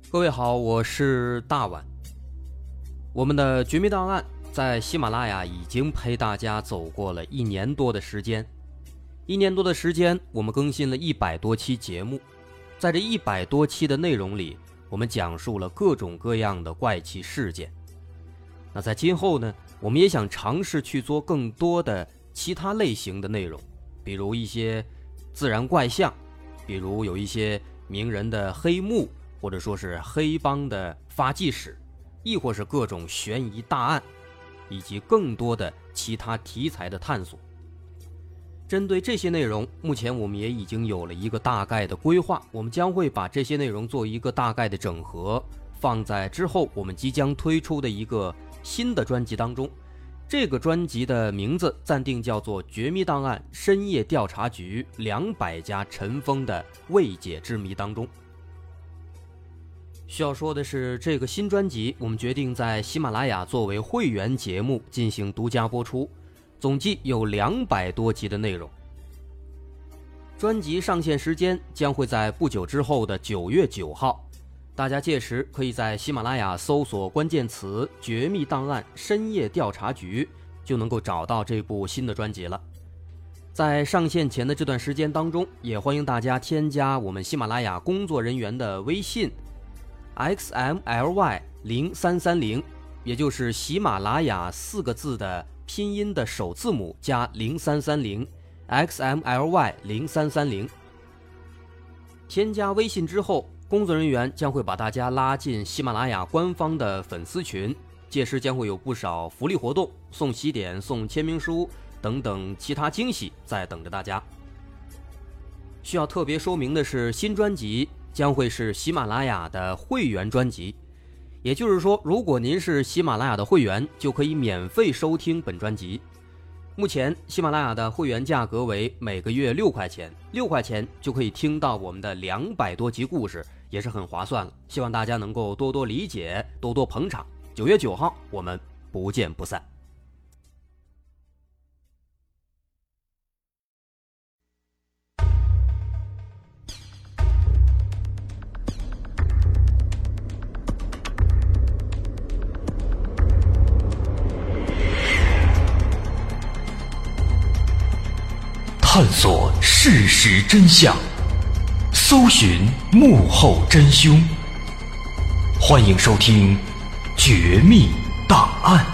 各位好，我是大碗。我们的绝密档案在喜马拉雅已经陪大家走过了1年多的时间。1年多的时间，我们更新了100多期节目。在这100多期的内容里，我们讲述了各种各样的怪奇事件。那在今后呢，我们也想尝试去做更多的其他类型的内容，比如一些自然怪象，比如有一些名人的黑幕，或者说是黑帮的发迹史，亦或是各种悬疑大案，以及更多的其他题材的探索。针对这些内容，目前我们也已经有了一个大概的规划，我们将会把这些内容做一个大概的整合，放在之后我们即将推出的一个新的专辑当中。这个专辑的名字暂定叫做《绝密档案深夜调查局200家尘封的未解之谜》当中。需要说的是，这个新专辑我们决定在喜马拉雅作为会员节目进行独家播出，总计有200多集的内容。专辑上线时间将会在不久之后的9月9号，大家届时可以在喜马拉雅搜索关键词“绝密档案深夜调查局”，就能够找到这部新的专辑了。在上线前的这段时间当中，也欢迎大家添加我们喜马拉雅工作人员的微信 XMLY0330， 也就是喜马拉雅4个字的拼音的首字母加0330 XMLY0330。 添加微信之后，工作人员将会把大家拉进喜马拉雅官方的粉丝群，届时将会有不少福利活动，送喜点、送签名书等等其他惊喜在等着大家。需要特别说明的是，新专辑将会是喜马拉雅的会员专辑，也就是说，如果您是喜马拉雅的会员，就可以免费收听本专辑。目前喜马拉雅的会员价格为每个月6块钱，6块钱就可以听到我们的200多集故事，也是很划算了。希望大家能够多多理解，多多捧场。9月9号我们不见不散。 探索事实真相，搜寻幕后真凶。欢迎收听《绝密档案》。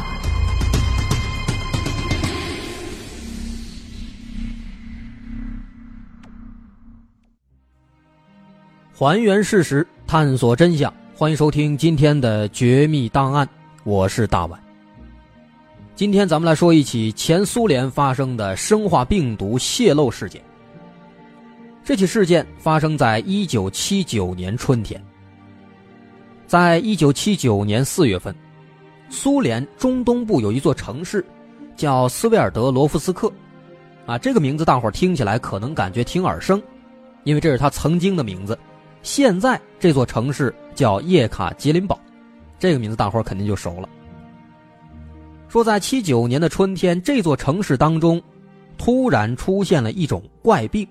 还原事实，探索真相。欢迎收听今天的《绝密档案》，我是大碗。今天咱们来说一起前苏联发生的生化病毒泄漏事件。这起事件发生在1979年春天。在1979年4月份，苏联中东部有一座城市叫斯维尔德罗夫斯克这个名字大伙听起来可能感觉挺耳生，因为这是他曾经的名字。现在这座城市叫叶卡捷琳堡，这个名字大伙肯定就熟了。说在79年的春天，这座城市当中突然出现了一种怪病。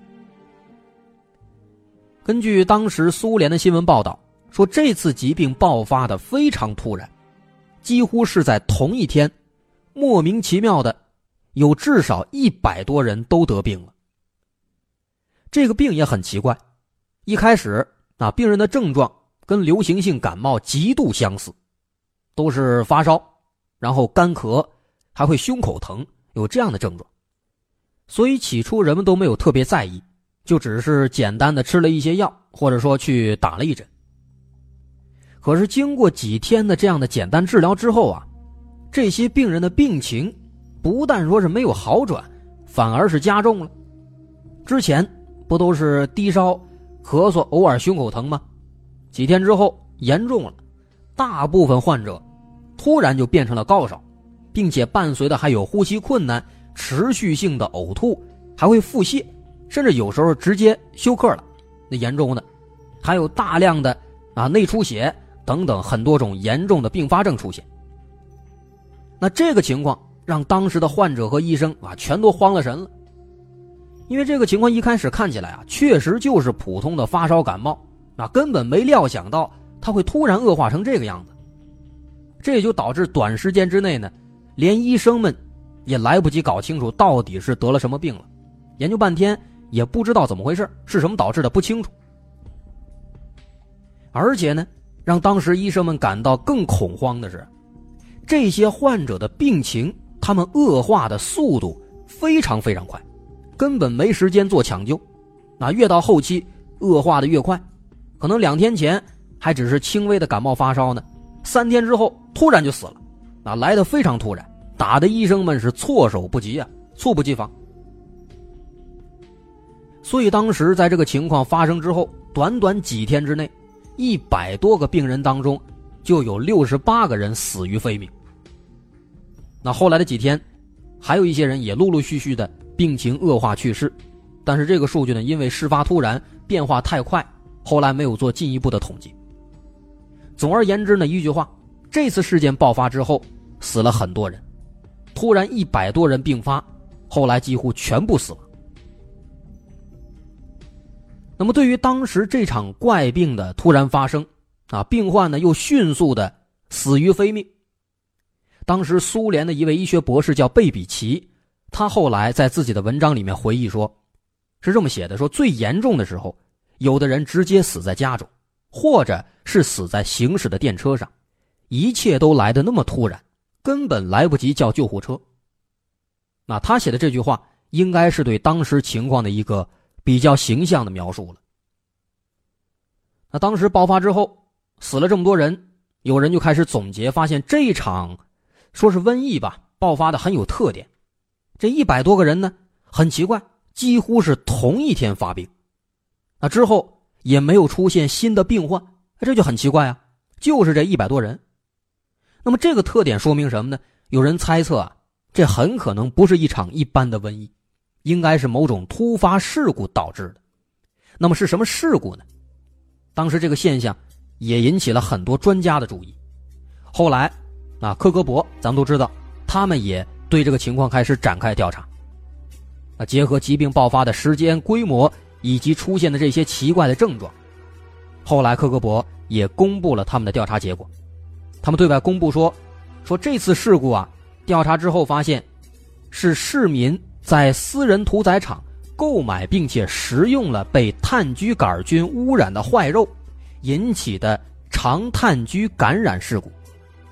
根据当时苏联的新闻报道，说这次疾病爆发的非常突然，几乎是在同一天，莫名其妙的有至少100多人都得病了。这个病也很奇怪，一开始病人的症状跟流行性感冒极度相似，都是发烧，然后干咳，还会胸口疼，有这样的症状。所以起初人们都没有特别在意，就只是简单的吃了一些药，或者说去打了一针。可是经过几天的这样的简单治疗之后这些病人的病情不但说是没有好转，反而是加重了。之前不都是低烧、咳嗽，偶尔胸口疼吗？几天之后严重了，大部分患者突然就变成了高烧，并且伴随的还有呼吸困难、持续性的呕吐，还会腹泻，甚至有时候直接休克了。那严重的还有大量的内出血等等很多种严重的并发症出现。那这个情况让当时的患者和医生全都慌了神了。因为这个情况一开始看起来确实就是普通的发烧感冒，根本没料想到它会突然恶化成这个样子？这也就导致短时间之内呢，连医生们也来不及搞清楚到底是得了什么病了，研究半天也不知道怎么回事，是什么导致的不清楚。而且呢，让当时医生们感到更恐慌的是，这些患者的病情他们恶化的速度非常非常快，根本没时间做抢救。越到后期恶化的越快，可能2天前还只是轻微的感冒发烧呢，3天之后突然就死了，来得非常突然，打的医生们是措手不及啊，猝不及防。所以当时在这个情况发生之后，短短几天之内，100多个病人当中就有68个人死于非命。那后来的几天，还有一些人也陆陆续续的病情恶化去世，但是这个数据呢，因为事发突然，变化太快，后来没有做进一步的统计。总而言之呢，一句话，这次事件爆发之后，死了很多人，突然100多人病发，后来几乎全部死亡。那么对于当时这场怪病的突然发生，病患呢又迅速的死于非命。当时苏联的一位医学博士叫贝比奇，他后来在自己的文章里面回忆说，是这么写的，说最严重的时候，有的人直接死在家中，或者是死在行驶的电车上，一切都来得那么突然，根本来不及叫救护车。那他写的这句话应该是对当时情况的一个比较形象的描述了。那当时爆发之后死了这么多人，有人就开始总结，发现这场说是瘟疫吧，爆发的很有特点。这100多个人呢，很奇怪，几乎是同一天发病，那之后也没有出现新的病患，这就很奇怪啊，就是这100多人。那么这个特点说明什么呢？有人猜测这很可能不是一场一般的瘟疫，应该是某种突发事故导致的。那么是什么事故呢？当时这个现象也引起了很多专家的注意。后来克格勃咱们都知道，他们也对这个情况开始展开调查。结合疾病爆发的时间、规模以及出现的这些奇怪的症状，后来克格勃也公布了他们的调查结果。他们对外公布说这次事故调查之后发现是市民在私人屠宰场购买并且食用了被炭疽杆菌污染的坏肉引起的肠炭疽感染事故。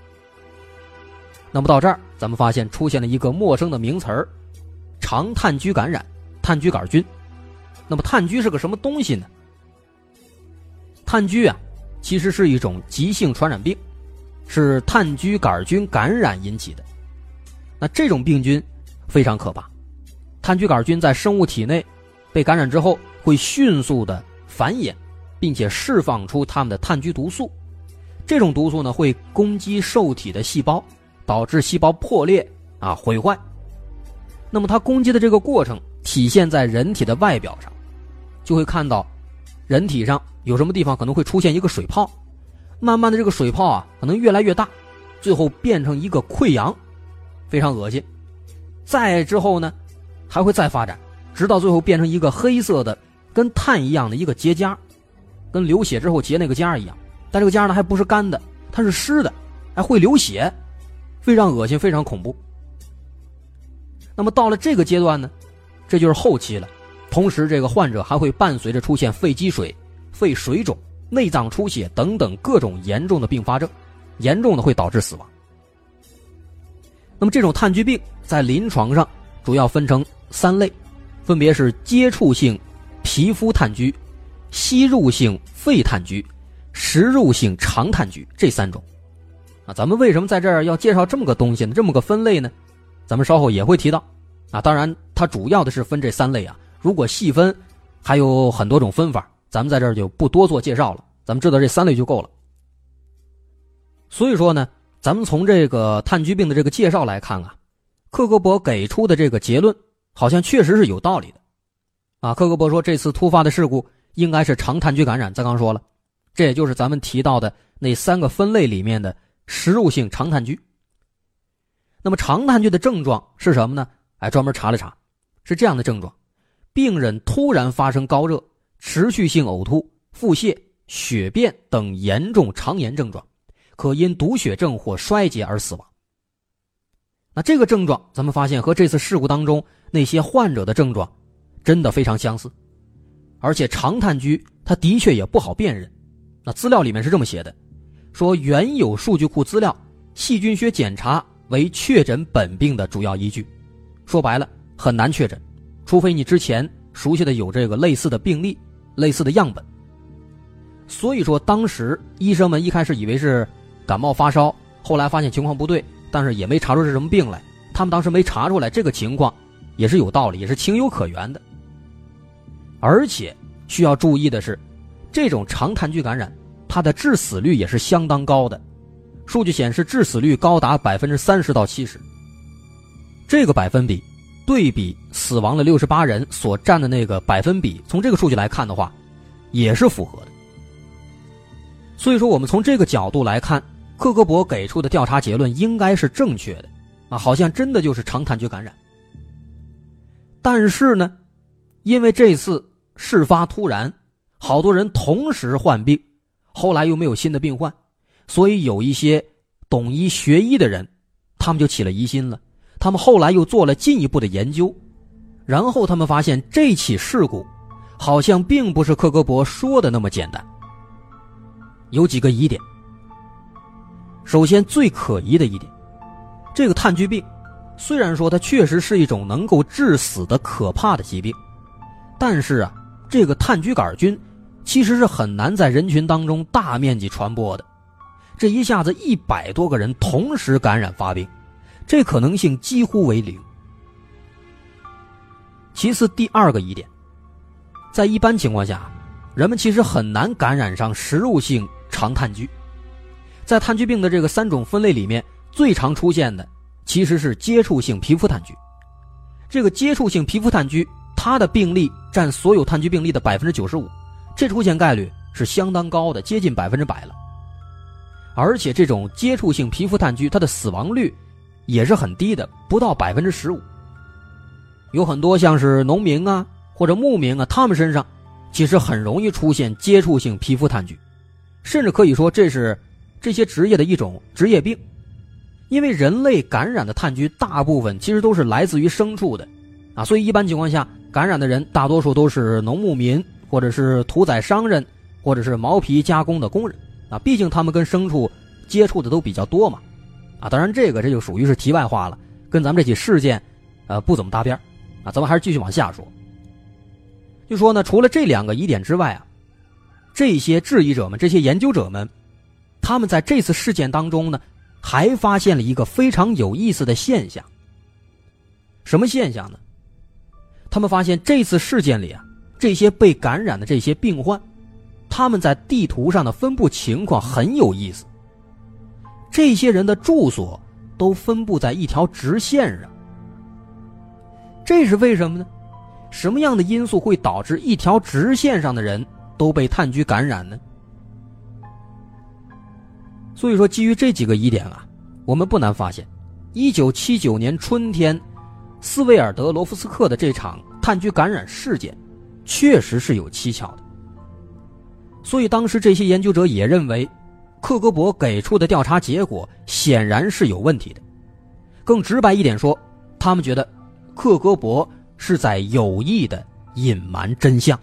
那么到这儿，咱们发现出现了一个陌生的名词儿，肠炭疽感染，炭疽杆菌。那么炭疽是个什么东西呢？炭疽其实是一种急性传染病，是炭疽杆菌感染引起的。那这种病菌非常可怕，炭疽杆菌在生物体内被感染之后，会迅速的繁衍，并且释放出它们的炭疽毒素。这种毒素呢，会攻击受体的细胞，导致细胞破裂毁坏。那么它攻击的这个过程体现在人体的外表上，就会看到人体上有什么地方可能会出现一个水泡，慢慢的这个水泡可能越来越大，最后变成一个溃疡，非常恶心。再之后呢，还会再发展，直到最后变成一个黑色的跟炭一样的一个结痂，跟流血之后结那个痂一样，但这个痂呢还不是干的，它是湿的，还会流血，非常恶心，非常恐怖。那么到了这个阶段呢，这就是后期了。同时这个患者还会伴随着出现肺积水、肺水肿、内脏出血等等各种严重的并发症，严重的会导致死亡。那么这种炭疽病在临床上主要分成3类，分别是接触性皮肤炭疽、吸入性肺炭疽、食入性肠炭疽，这3种。咱们为什么在这儿要介绍这么个东西呢？这么个分类呢？咱们稍后也会提到。当然它主要的是分这3类如果细分还有很多种分法，咱们在这儿就不多做介绍了，咱们知道这3类就够了。所以说呢，咱们从这个炭疽病的这个介绍来看克格勃给出的这个结论好像确实是有道理的克格勃说这次突发的事故应该是肠炭疽感染，咱刚说了，这也就是咱们提到的那3个分类里面的食入性肠炭疽。那么肠炭疽的症状是什么呢？专门查了查，是这样的症状：病人突然发生高热、持续性呕吐、腹泻、 血便等严重肠炎症状，可因毒血症或衰竭而死亡。那这个症状咱们发现和这次事故当中那些患者的症状真的非常相似，而且长炭疽它的确也不好辨认。那资料里面是这么写的，说原有数据库资料细菌学检查为确诊本病的主要依据，说白了很难确诊，除非你之前熟悉的有这个类似的病例类似的样本。所以说当时医生们一开始以为是感冒发烧，后来发现情况不对，但是也没查出是什么病来，他们当时没查出来，这个情况也是有道理，也是情有可原的。而且需要注意的是，这种长炭疽感染它的致死率也是相当高的，数据显示致死率高达 30% 到 70%。 这个百分比对比死亡了68人所占的那个百分比，从这个数据来看的话也是符合的。所以说我们从这个角度来看，克格勃给出的调查结论应该是正确的啊，好像真的就是长炭疽感染。但是呢，因为这次事发突然，好多人同时患病，后来又没有新的病患，所以有一些懂医学医的人他们就起了疑心了，他们后来又做了进一步的研究，然后他们发现这起事故好像并不是克格勃说的那么简单，有几个疑点。首先最可疑的一点，这个炭疽病虽然说它确实是一种能够致死的可怕的疾病，但是啊，这个炭疽杆菌其实是很难在人群当中大面积传播的，这一下子100多个人同时感染发病，这可能性几乎为零。其次第二个疑点，在一般情况下人们其实很难感染上食入性长炭疽。在炭疽病的这个3种分类里面，最常出现的其实是接触性皮肤炭疽。这个接触性皮肤炭疽它的病例占所有炭疽病例的 95%， 这出现概率是相当高的，接近100%了。而且这种接触性皮肤炭疽它的死亡率也是很低的，不到 15%。 有很多像是农民啊或者牧民啊，他们身上其实很容易出现接触性皮肤炭疽，甚至可以说这是这些职业的一种职业病。因为人类感染的炭疽大部分其实都是来自于牲畜的啊，所以一般情况下感染的人大多数都是农牧民，或者是屠宰商人，或者是毛皮加工的工人啊，毕竟他们跟牲畜接触的都比较多嘛啊。当然这就属于是题外话了，跟咱们这起事件不怎么搭边啊，咱们还是继续往下说。就说呢，除了这2个疑点之外啊，这些质疑者们，这些研究者们，他们在这次事件当中呢还发现了一个非常有意思的现象。什么现象呢？他们发现这次事件里啊，这些被感染的这些病患，他们在地图上的分布情况很有意思。这些人的住所都分布在一条直线上。这是为什么呢？什么样的因素会导致一条直线上的人都被炭疽感染呢？所以说基于这几个疑点啊，我们不难发现1979年春天斯维尔德罗夫斯克的这场炭疽感染事件确实是有蹊跷的。所以当时这些研究者也认为克格勃给出的调查结果显然是有问题的。更直白一点说，他们觉得克格勃是在有意的隐瞒真相。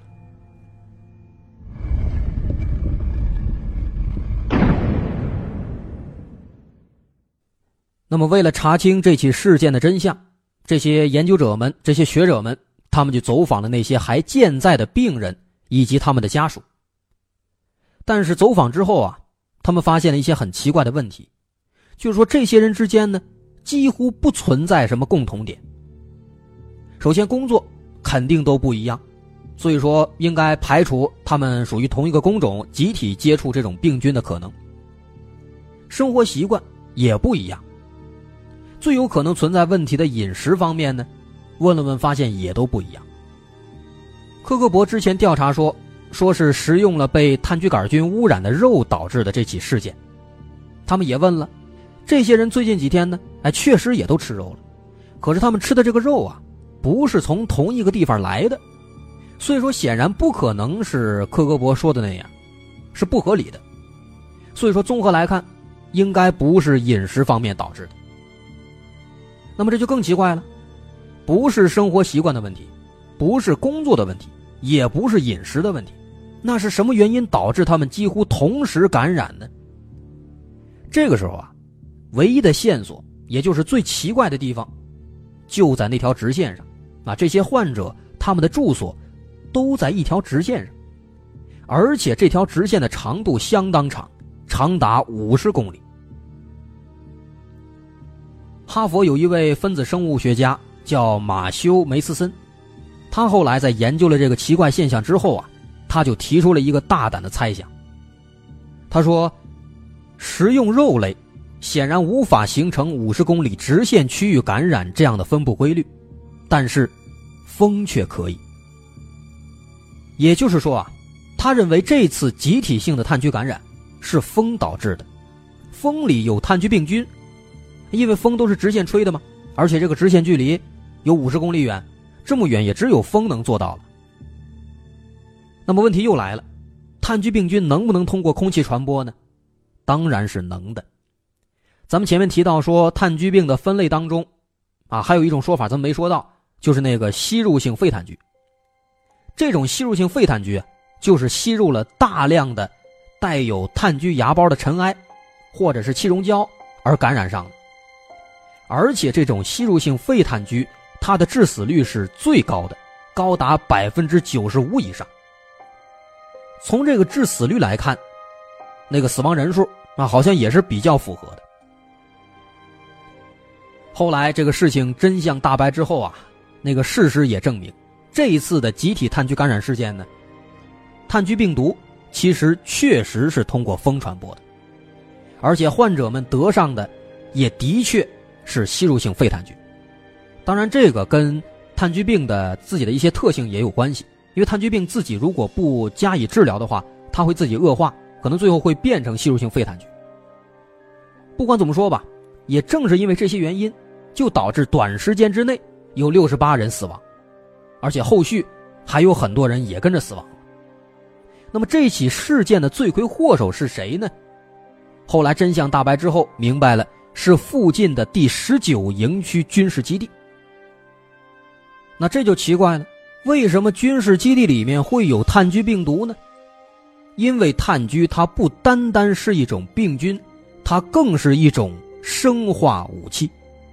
那么为了查清这起事件的真相，这些研究者们，这些学者们，他们就走访了那些还健在的病人以及他们的家属。但是走访之后啊，他们发现了一些很奇怪的问题，就是说这些人之间呢几乎不存在什么共同点。首先工作肯定都不一样，所以说应该排除他们属于同一个工种集体接触这种病菌的可能。生活习惯也不一样，最有可能存在问题的饮食方面呢，问了问发现也都不一样。克格勃之前调查说是食用了被炭疽杆菌污染的肉导致的这起事件。他们也问了，这些人最近几天呢，确实也都吃肉了，可是他们吃的这个肉啊，不是从同一个地方来的，所以说显然不可能是克格勃说的那样， 是不合理的。所以说综合来看，应该不是饮食方面导致的。那么这就更奇怪了，不是生活习惯的问题，不是工作的问题，也不是饮食的问题，那是什么原因导致他们几乎同时感染呢？这个时候啊，唯一的线索，也就是最奇怪的地方，就在那条直线上啊，这些患者他们的住所都在一条直线上，而且这条直线的长度相当长，长达50公里。哈佛有一位分子生物学家叫马修·梅斯森，他后来在研究了这个奇怪现象之后啊，他就提出了一个大胆的猜想。他说，食用肉类显然无法形成50公里直线区域感染这样的分布规律，但是风却可以。也就是说啊，他认为这次集体性的炭疽感染是风导致的，风里有炭疽病菌，因为风都是直线吹的嘛，而且这个直线距离有50公里远，这么远也只有风能做到了。那么问题又来了，炭疽病菌能不能通过空气传播呢？当然是能的。咱们前面提到说炭疽病的分类当中啊，还有一种说法咱们没说到，就是那个吸入性肺炭疽。这种吸入性肺炭疽就是吸入了大量的带有炭疽芽孢的尘埃或者是气溶胶而感染上的。而且这种吸入性肺炭疽它的致死率是最高的，高达 95% 以上。从这个致死率来看，那个死亡人数啊，好像也是比较符合的。后来这个事情真相大白之后啊，那个事实也证明，这一次的集体炭疽感染事件呢，炭疽病毒其实确实是通过风传播的，而且患者们得上的也的确是吸入性肺炭疽。当然这个跟炭疽病的自己的一些特性也有关系，因为炭疽病自己如果不加以治疗的话，它会自己恶化，可能最后会变成吸入性肺炭疽。不管怎么说吧，也正是因为这些原因，就导致短时间之内有68人死亡，而且后续还有很多人也跟着死亡了。那么这起事件的罪魁祸首是谁呢？后来真相大白之后明白了，是附近的第19营区军事基地。那这就奇怪了，为什么军事基地里面会有炭疽病毒呢？因为炭疽它不单单是一种病菌，它更是一种生化武器。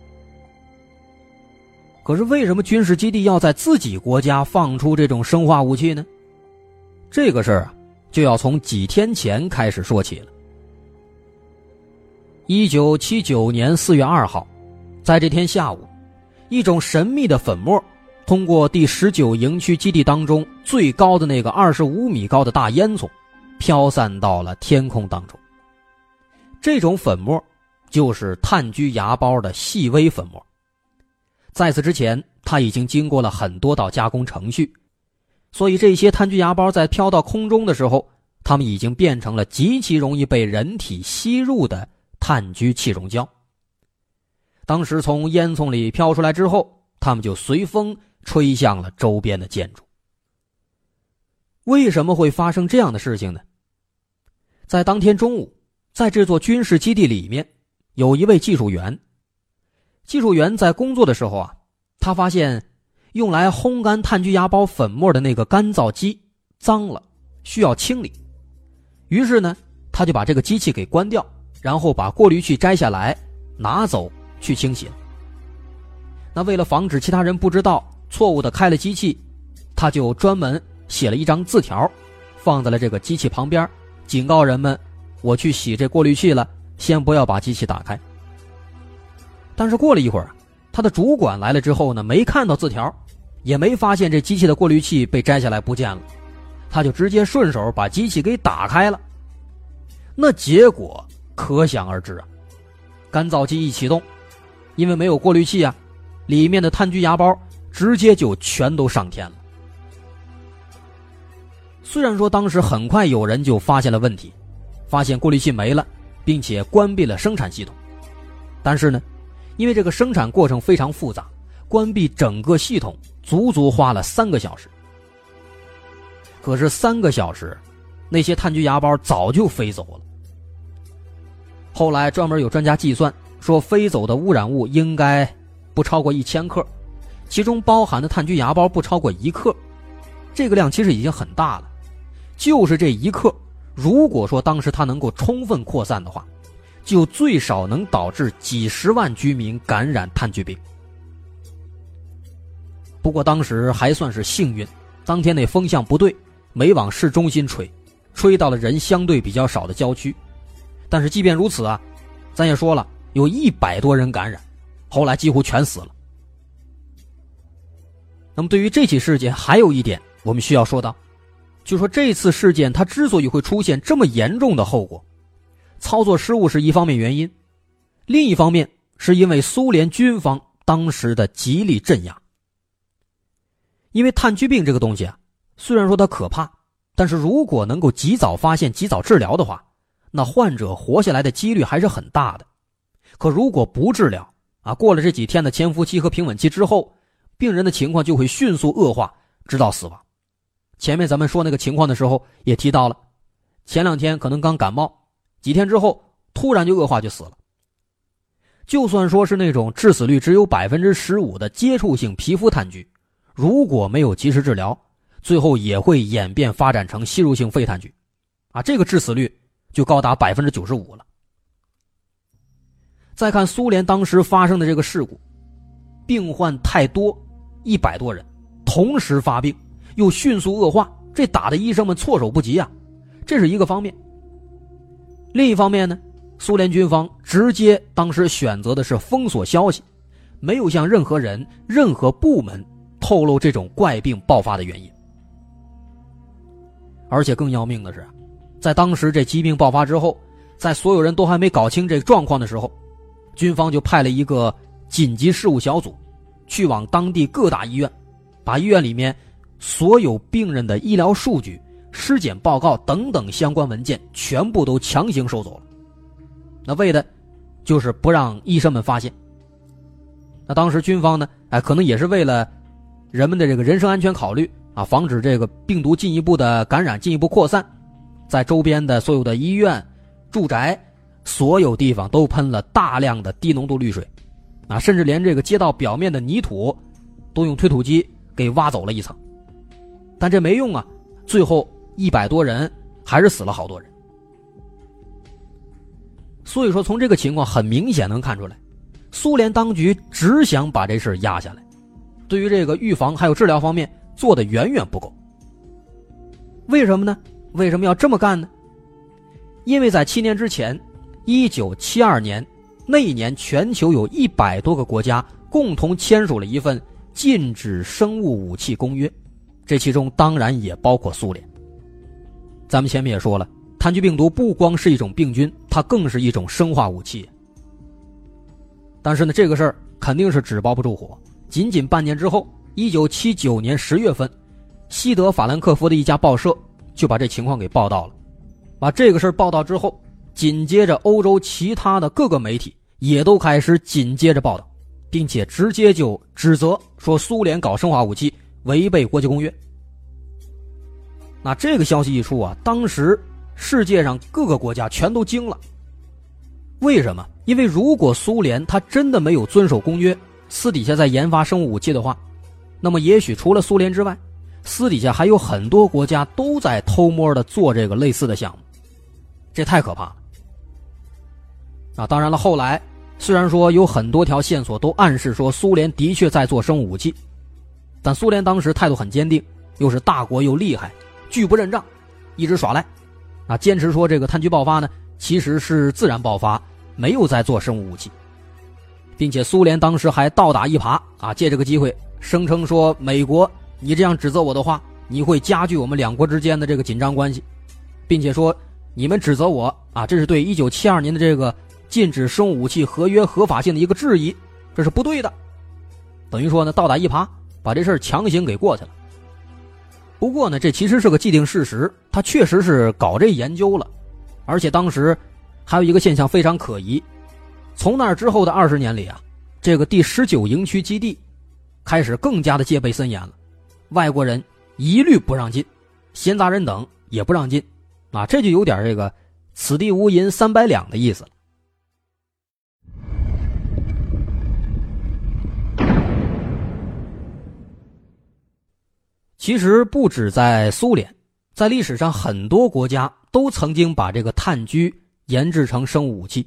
可是为什么军事基地要在自己国家放出这种生化武器呢？这个事儿啊，就要从几天前开始说起了。1979年4月2号，在这天下午，一种神秘的粉末通过第19营区基地当中最高的那个25米高的大烟囱飘散到了天空当中。这种粉末就是炭疽芽孢的细微粉末。在此之前，它已经经过了很多道加工程序，所以这些炭疽芽孢在飘到空中的时候，它们已经变成了极其容易被人体吸入的炭疽气溶胶。当时从烟囱里飘出来之后，它们就随风吹向了周边的建筑。为什么会发生这样的事情呢？在当天中午，在这座军事基地里面，有一位技术员。技术员在工作的时候啊，他发现用来烘干炭疽芽孢粉末的那个干燥机脏了，需要清理。于是呢，他就把这个机器给关掉，然后把过滤器摘下来拿走去清洗了。那为了防止其他人不知道错误的开了机器，他就专门写了一张字条放在了这个机器旁边，警告人们，我去洗这过滤器了，先不要把机器打开。但是过了一会儿，他的主管来了之后呢，没看到字条，也没发现这机器的过滤器被摘下来不见了，他就直接顺手把机器给打开了。那结果可想而知啊，干燥机一启动，因为没有过滤器啊，里面的炭疽芽孢直接就全都上天了。虽然说当时很快有人就发现了问题，发现过滤器没了，并且关闭了生产系统，但是呢，因为这个生产过程非常复杂，关闭整个系统足足花了3个小时。可是3个小时那些炭疽芽孢早就飞走了。后来专门有专家计算说，飞走的污染物应该不超过1000克，其中包含的炭疽芽孢不超过1克，这个量其实已经很大了。就是这1克，如果说当时它能够充分扩散的话，就最少能导致几十万居民感染炭疽病。不过当时还算是幸运，当天那风向不对，没往市中心吹到了人相对比较少的郊区。但是即便如此啊，咱也说了，有100多人感染，后来几乎全死了。那么对于这起事件还有一点我们需要说到，就说这次事件它之所以会出现这么严重的后果，操作失误是一方面原因，另一方面是因为苏联军方当时的极力镇压。因为炭疽病这个东西啊，虽然说它可怕，但是如果能够及早发现及早治疗的话，那患者活下来的几率还是很大的。可如果不治疗啊，过了这几天的潜伏期和平稳期之后，病人的情况就会迅速恶化，直到死亡。前面咱们说那个情况的时候也提到了，前2天可能刚感冒，几天之后突然就恶化就死了。就算说是那种致死率只有 15% 的接触性皮肤炭疽，如果没有及时治疗，最后也会演变发展成吸入性肺炭疽啊，这个致死率就高达 95% 了。再看苏联当时发生的这个事故，病患太多，100多人同时发病，又迅速恶化，这打的医生们措手不及啊，这是一个方面。另一方面呢，苏联军方直接当时选择的是封锁消息，没有向任何人、任何部门透露这种怪病爆发的原因。而且更要命的是，在当时这疾病爆发之后，在所有人都还没搞清这个状况的时候，军方就派了一个紧急事务小组去往当地各大医院，把医院里面所有病人的医疗数据、尸检报告等等相关文件全部都强行收走了。那为的就是不让医生们发现。那当时军方呢，可能也是为了人们的这个人身安全考虑啊，防止这个病毒进一步的感染、进一步扩散，在周边的所有的医院、住宅，所有地方都喷了大量的低浓度氯水啊，甚至连这个街道表面的泥土都用推土机给挖走了一层。但这没用啊，最后100多人还是死了好多人。所以说从这个情况很明显能看出来，苏联当局只想把这事压下来，对于这个预防还有治疗方面做得远远不够。为什么呢？为什么要这么干呢？因为在7年之前1972年，那一年全球有100多个国家共同签署了一份禁止生物武器公约，这其中当然也包括苏联。咱们前面也说了，炭疽病毒不光是一种病菌，它更是一种生化武器。但是呢，这个事儿肯定是纸包不住火。仅仅半年之后，1979年10月份，西德法兰克福的一家报社就把这情况给报道了。把这个事儿报道之后，紧接着欧洲其他的各个媒体也都开始紧接着报道，并且直接就指责说苏联搞生化武器违背国际公约。那这个消息一出啊，当时世界上各个国家全都惊了。为什么？因为如果苏联它真的没有遵守公约，私底下在研发生物武器的话，那么也许除了苏联之外，私底下还有很多国家都在偷摸的做这个类似的项目，这太可怕了。当然了，后来虽然说有很多条线索都暗示说苏联的确在做生物武器，但苏联当时态度很坚定，又是大国又厉害，拒不认账，一直耍赖，坚持说这个炭疽爆发呢其实是自然爆发，没有在做生物武器。并且苏联当时还倒打一耙借这个机会声称说，美国你这样指责我的话，你会加剧我们两国之间的这个紧张关系，并且说你们指责我这是对1972年的这个禁止生物武器合约合法性的一个质疑，这是不对的。等于说呢，倒打一耙把这事儿强行给过去了。不过呢，这其实是个既定事实，他确实是搞这研究了，而且当时还有一个现象非常可疑，从那之后的20年里这个第19营区基地开始更加的戒备森严了，外国人一律不让进，闲杂人等也不让进， 啊，这就有点这个此地无银300两的意思了。其实不止在苏联，在历史上很多国家都曾经把这个炭疽研制成生物武器。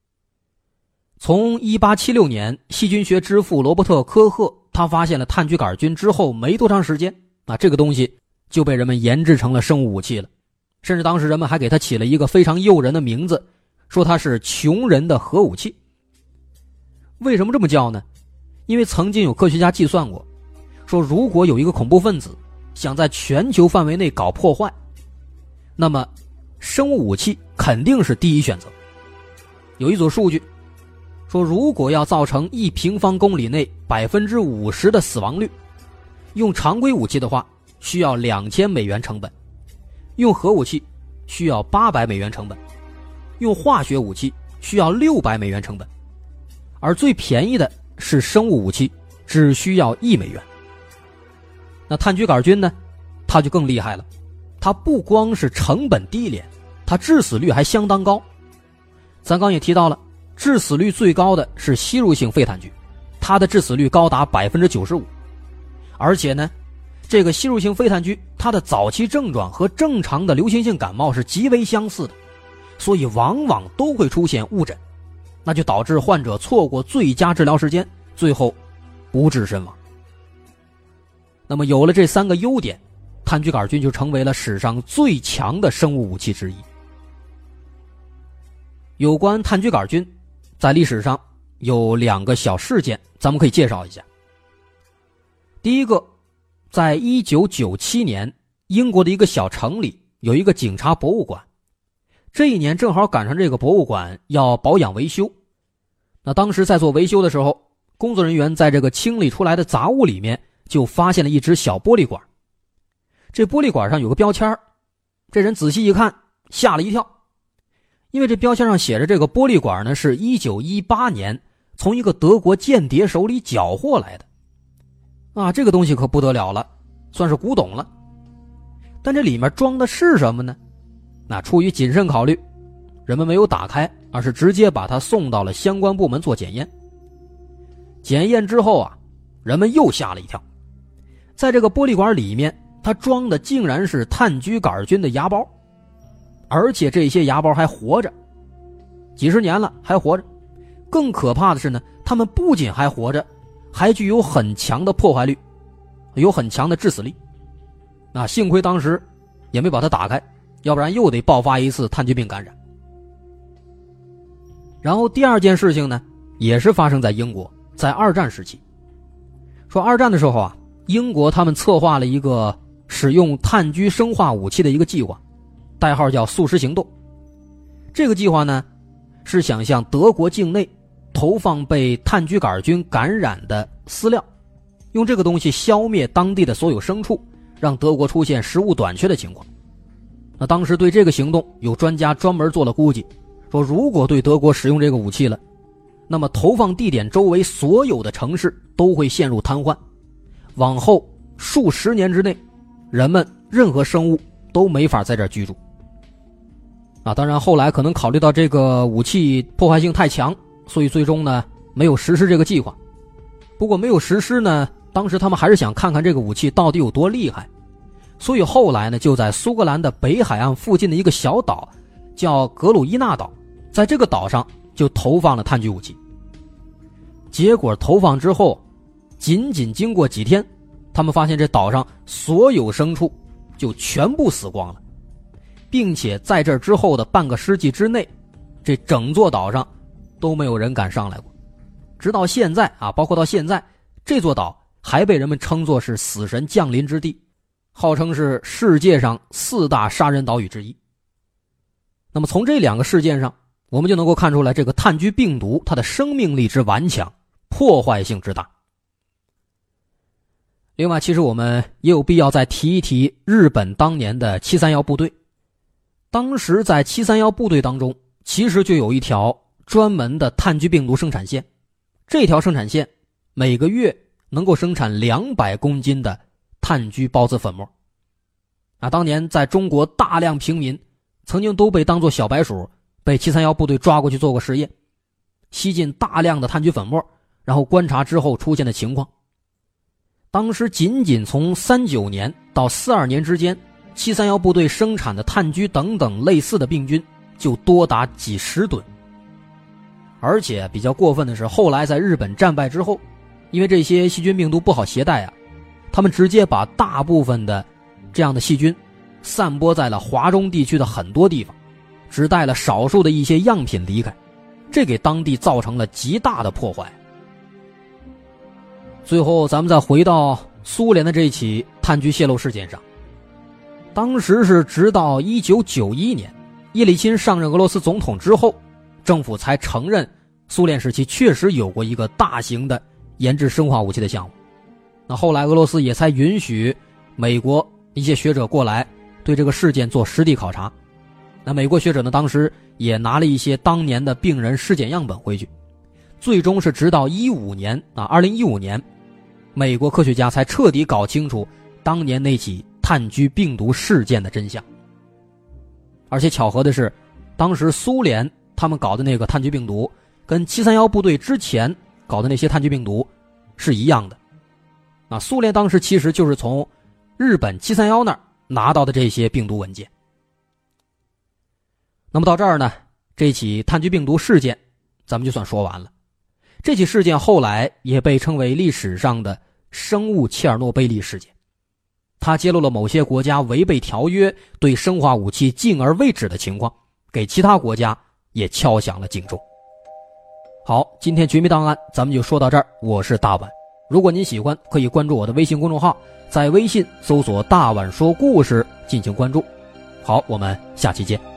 从1876年细菌学之父罗伯特·科赫他发现了炭疽杆菌之后没多长时间，这个东西就被人们研制成了生物武器了。甚至当时人们还给它起了一个非常诱人的名字，说它是穷人的核武器。为什么这么叫呢？因为曾经有科学家计算过，说如果有一个恐怖分子想在全球范围内搞破坏，那么生物武器肯定是第一选择。有一组数据说，如果要造成1平方公里内50%的死亡率，用常规武器的话需要$2000成本，用核武器需要$800成本，用化学武器需要$600成本，而最便宜的是生物武器，只需要$1。那炭疽杆菌呢，它就更厉害了，它不光是成本低廉，它致死率还相当高。咱刚也提到了，致死率最高的是吸入性肺炭疽，它的致死率高达95%。而且呢，这个吸入性肺炭疽它的早期症状和正常的流行性感冒是极为相似的，所以往往都会出现误诊，那就导致患者错过最佳治疗时间，最后不治身亡。那么有了这3个优点，炭疽杆菌就成为了史上最强的生物武器之一。有关炭疽杆菌，在历史上有2个小事件，咱们可以介绍一下。第一个，在1997年，英国的一个小城里有一个警察博物馆，这一年正好赶上这个博物馆要保养维修。那当时在做维修的时候，工作人员在这个清理出来的杂物里面就发现了一只小玻璃管。这玻璃管上有个标签，这人仔细一看吓了一跳，因为这标签上写着这个玻璃管呢是1918年从一个德国间谍手里缴获来的。这个东西可不得了了，算是古董了。但这里面装的是什么呢？那出于谨慎考虑，人们没有打开，而是直接把它送到了相关部门做检验。检验之后人们又吓了一跳，在这个玻璃管里面，它装的竟然是炭疽杆菌的芽孢，而且这些芽孢还活着，几十年了还活着。更可怕的是呢，它们不仅还活着，还具有很强的破坏率，有很强的致死力。幸亏当时也没把它打开，要不然又得爆发一次炭疽病感染。然后第二件事情呢，也是发生在英国，在2战时期。说2战的时候英国他们策划了一个使用炭疽生化武器的一个计划，代号叫素食行动。这个计划呢，是想向德国境内投放被炭疽杆菌感染的饲料，用这个东西消灭当地的所有牲畜，让德国出现食物短缺的情况。那当时对这个行动有专家专门做了估计，说如果对德国使用这个武器了，那么投放地点周围所有的城市都会陷入瘫痪，往后数十年之内，人们任何生物都没法在这儿居住。当然后来可能考虑到这个武器破坏性太强，所以最终呢没有实施这个计划。不过没有实施呢，当时他们还是想看看这个武器到底有多厉害，所以后来呢就在苏格兰的北海岸附近的一个小岛叫格鲁伊纳岛，在这个岛上就投放了炭疽武器。结果投放之后，仅仅经过几天，他们发现这岛上所有牲畜就全部死光了，并且在这之后的半个世纪之内，这整座岛上都没有人敢上来过。直到现在包括到现在，这座岛还被人们称作是死神降临之地，号称是世界上4大杀人岛屿之一。那么从这2个事件上，我们就能够看出来这个炭疽病毒它的生命力之顽强，破坏性之大。另外，其实我们也有必要再提一提日本当年的731部队。当时在731部队当中，其实就有一条专门的炭疽病毒生产线，这条生产线每个月能够生产200公斤的炭疽孢子粉末。当年在中国大量平民曾经都被当作小白鼠，被731部队抓过去做过实验，吸进大量的炭疽粉末，然后观察之后出现的情况。当时仅仅从39年到42年之间，731部队生产的炭疽等等类似的病菌就多达几十吨。而且比较过分的是，后来在日本战败之后，因为这些细菌病毒不好携带啊，他们直接把大部分的这样的细菌散播在了华中地区的很多地方，只带了少数的一些样品离开，这给当地造成了极大的破坏。最后咱们再回到苏联的这起炭疽泄露事件上，当时是直到1991年叶利钦上任俄罗斯总统之后，政府才承认苏联时期确实有过一个大型的研制生化武器的项目。那后来俄罗斯也才允许美国一些学者过来对这个事件做实地考察。那美国学者呢，当时也拿了一些当年的病人尸检样本回去，最终是直到2015年美国科学家才彻底搞清楚当年那起炭疽病毒事件的真相。而且巧合的是，当时苏联他们搞的那个炭疽病毒跟731部队之前搞的那些炭疽病毒是一样的。那苏联当时其实就是从日本731那儿拿到的这些病毒文件。那么到这儿呢，这起炭疽病毒事件咱们就算说完了。这起事件后来也被称为历史上的生物切尔诺贝利事件，它揭露了某些国家违背条约对生化武器敬而未止的情况，给其他国家也敲响了警钟。好，今天绝密档案咱们就说到这儿，我是大碗。如果您喜欢，可以关注我的微信公众号，在微信搜索大碗说故事进行关注。好，我们下期见。